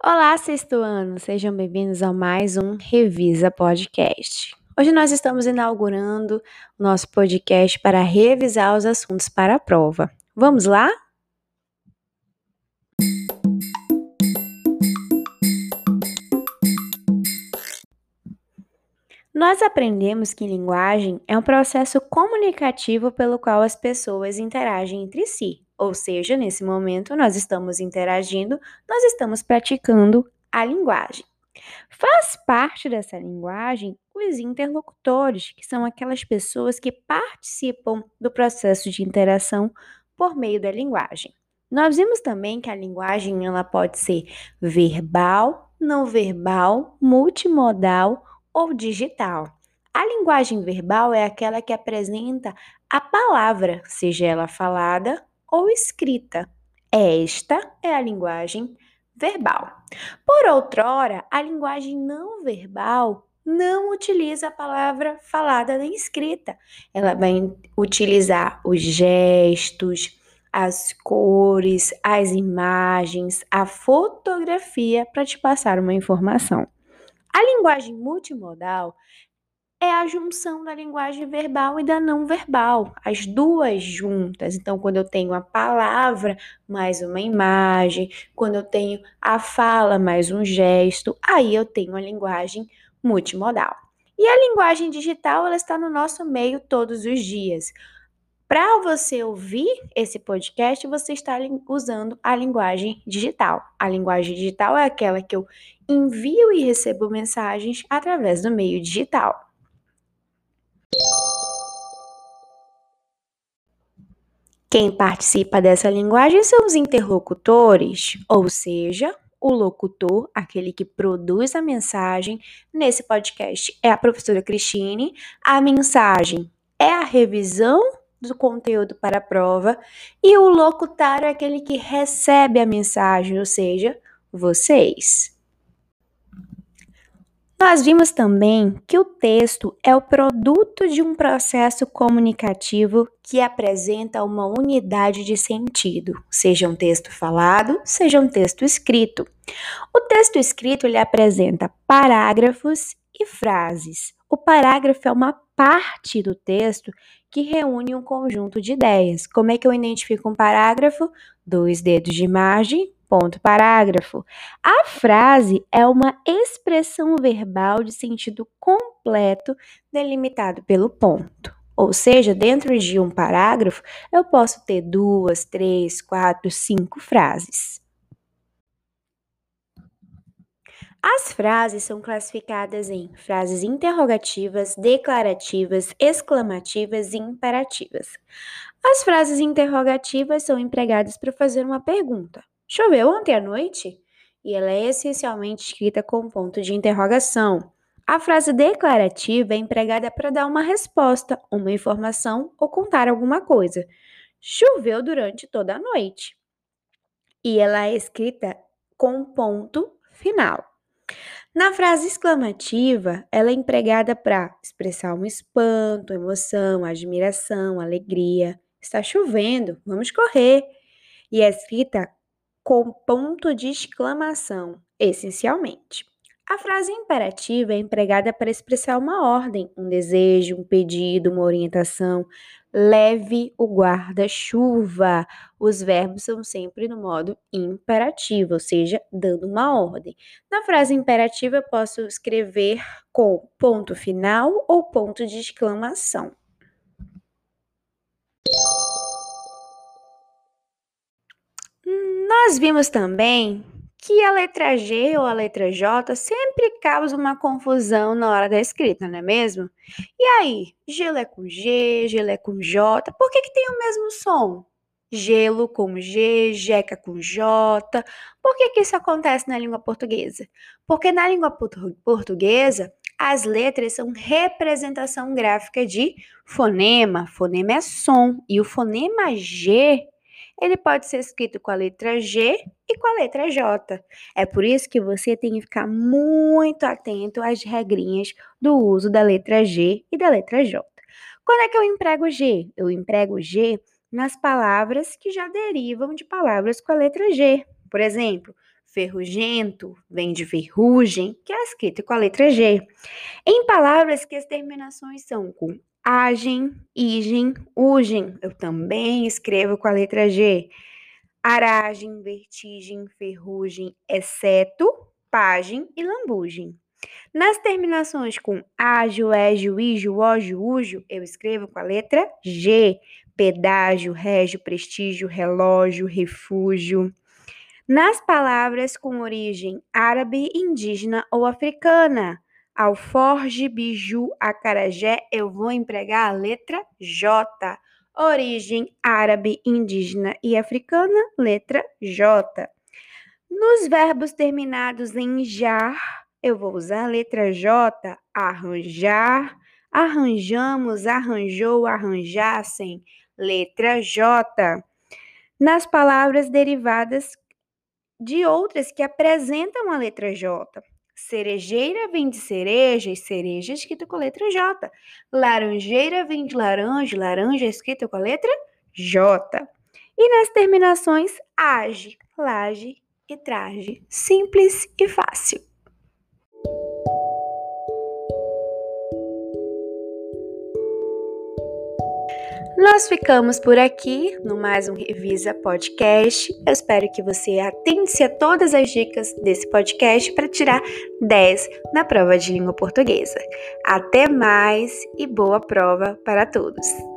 Olá, sexto ano! Sejam bem-vindos a mais um Revisa Podcast. Hoje nós estamos inaugurando o nosso podcast para revisar os assuntos para a prova. Vamos lá? Nós aprendemos que linguagem é um processo comunicativo pelo qual as pessoas interagem entre si. Ou seja, nesse momento nós estamos interagindo, nós estamos praticando a linguagem. Faz parte dessa linguagem os interlocutores, que são aquelas pessoas que participam do processo de interação por meio da linguagem. Nós vimos também que a linguagem ela pode ser verbal, não verbal, multimodal ou digital. A linguagem verbal é aquela que apresenta a palavra, seja ela falada ou escrita. Esta é a linguagem verbal. Por outrora, a linguagem não verbal não utiliza a palavra falada nem escrita. Ela vai utilizar os gestos, as cores, as imagens, a fotografia para te passar uma informação. A linguagem multimodal é a junção da linguagem verbal e da não verbal, as duas juntas. Então, quando eu tenho a palavra mais uma imagem, quando eu tenho a fala mais um gesto, aí eu tenho a linguagem multimodal. E a linguagem digital, ela está no nosso meio todos os dias. Para você ouvir esse podcast, você está usando a linguagem digital. A linguagem digital é aquela que eu envio e recebo mensagens através do meio digital. Quem participa dessa linguagem são os interlocutores, ou seja, o locutor, aquele que produz a mensagem. Nesse podcast é a professora Cristine. A mensagem é a revisão do conteúdo para a prova e o locutário é aquele que recebe a mensagem, ou seja, vocês. Nós vimos também que o texto é o produto de um processo comunicativo que apresenta uma unidade de sentido, seja um texto falado, seja um texto escrito. O texto escrito ele apresenta parágrafos e frases. O parágrafo é uma parte do texto que reúne um conjunto de ideias. Como é que eu identifico um parágrafo? 2 dedos de imagem, ponto parágrafo. A frase é uma expressão verbal de sentido completo delimitado pelo ponto. Ou seja, dentro de um parágrafo, eu posso ter 2, 3, 4, 5 frases. As frases são classificadas em frases interrogativas, declarativas, exclamativas e imperativas. As frases interrogativas são empregadas para fazer uma pergunta. Choveu ontem à noite? E ela é essencialmente escrita com ponto de interrogação. A frase declarativa é empregada para dar uma resposta, uma informação ou contar alguma coisa. Choveu durante toda a noite. E ela é escrita com ponto final. Na frase exclamativa, ela é empregada para expressar um espanto, emoção, admiração, alegria. Está chovendo, vamos correr. E é escrita com ponto de exclamação, essencialmente. A frase imperativa é empregada para expressar uma ordem, um desejo, um pedido, uma orientação. Leve o guarda-chuva. Os verbos são sempre no modo imperativo, ou seja, dando uma ordem. Na frase imperativa, eu posso escrever com ponto final ou ponto de exclamação. Nós vimos também que a letra G ou a letra J sempre causa uma confusão na hora da escrita, não é mesmo? E aí, gelo é com G, gelo é com J, por que tem o mesmo som? Gelo com G, jeca com J. Por que isso acontece na língua portuguesa? Porque na língua portuguesa, as letras são representação gráfica de fonema. Fonema é som. E o fonema G ele pode ser escrito com a letra G e com a letra J. É por isso que você tem que ficar muito atento às regrinhas do uso da letra G e da letra J. Quando é que eu emprego G? Eu emprego G nas palavras que já derivam de palavras com a letra G. Por exemplo, Ferrugento vem de ferrugem, que é escrito com a letra G. Em palavras que as terminações são com agem, igem, ugem, eu também escrevo com a letra G. Aragem, vertigem, ferrugem, exceto, pagem e lambugem. Nas terminações com ágio, égio, ígio, ógio, úgio, eu escrevo com a letra G. Pedágio, régio, prestígio, relógio, refúgio. Nas palavras com origem árabe, indígena ou africana, alforge, biju, acarajé, eu vou empregar a letra J. Origem árabe, indígena e africana, letra J. Nos verbos terminados em jar, eu vou usar a letra J. Arranjar, arranjamos, arranjou, arranjassem, letra J. Nas palavras derivadas de outras que apresentam a letra J. Cerejeira vem de cereja e cereja é escrita com a letra J. Laranjeira vem de laranja, laranja é escrita com a letra J. E nas terminações age, laje e traje. Simples e fácil. Nós ficamos por aqui no mais um Revisa Podcast. Eu espero que você atente-se a todas as dicas desse podcast para tirar 10 na prova de língua portuguesa. Até mais e boa prova para todos!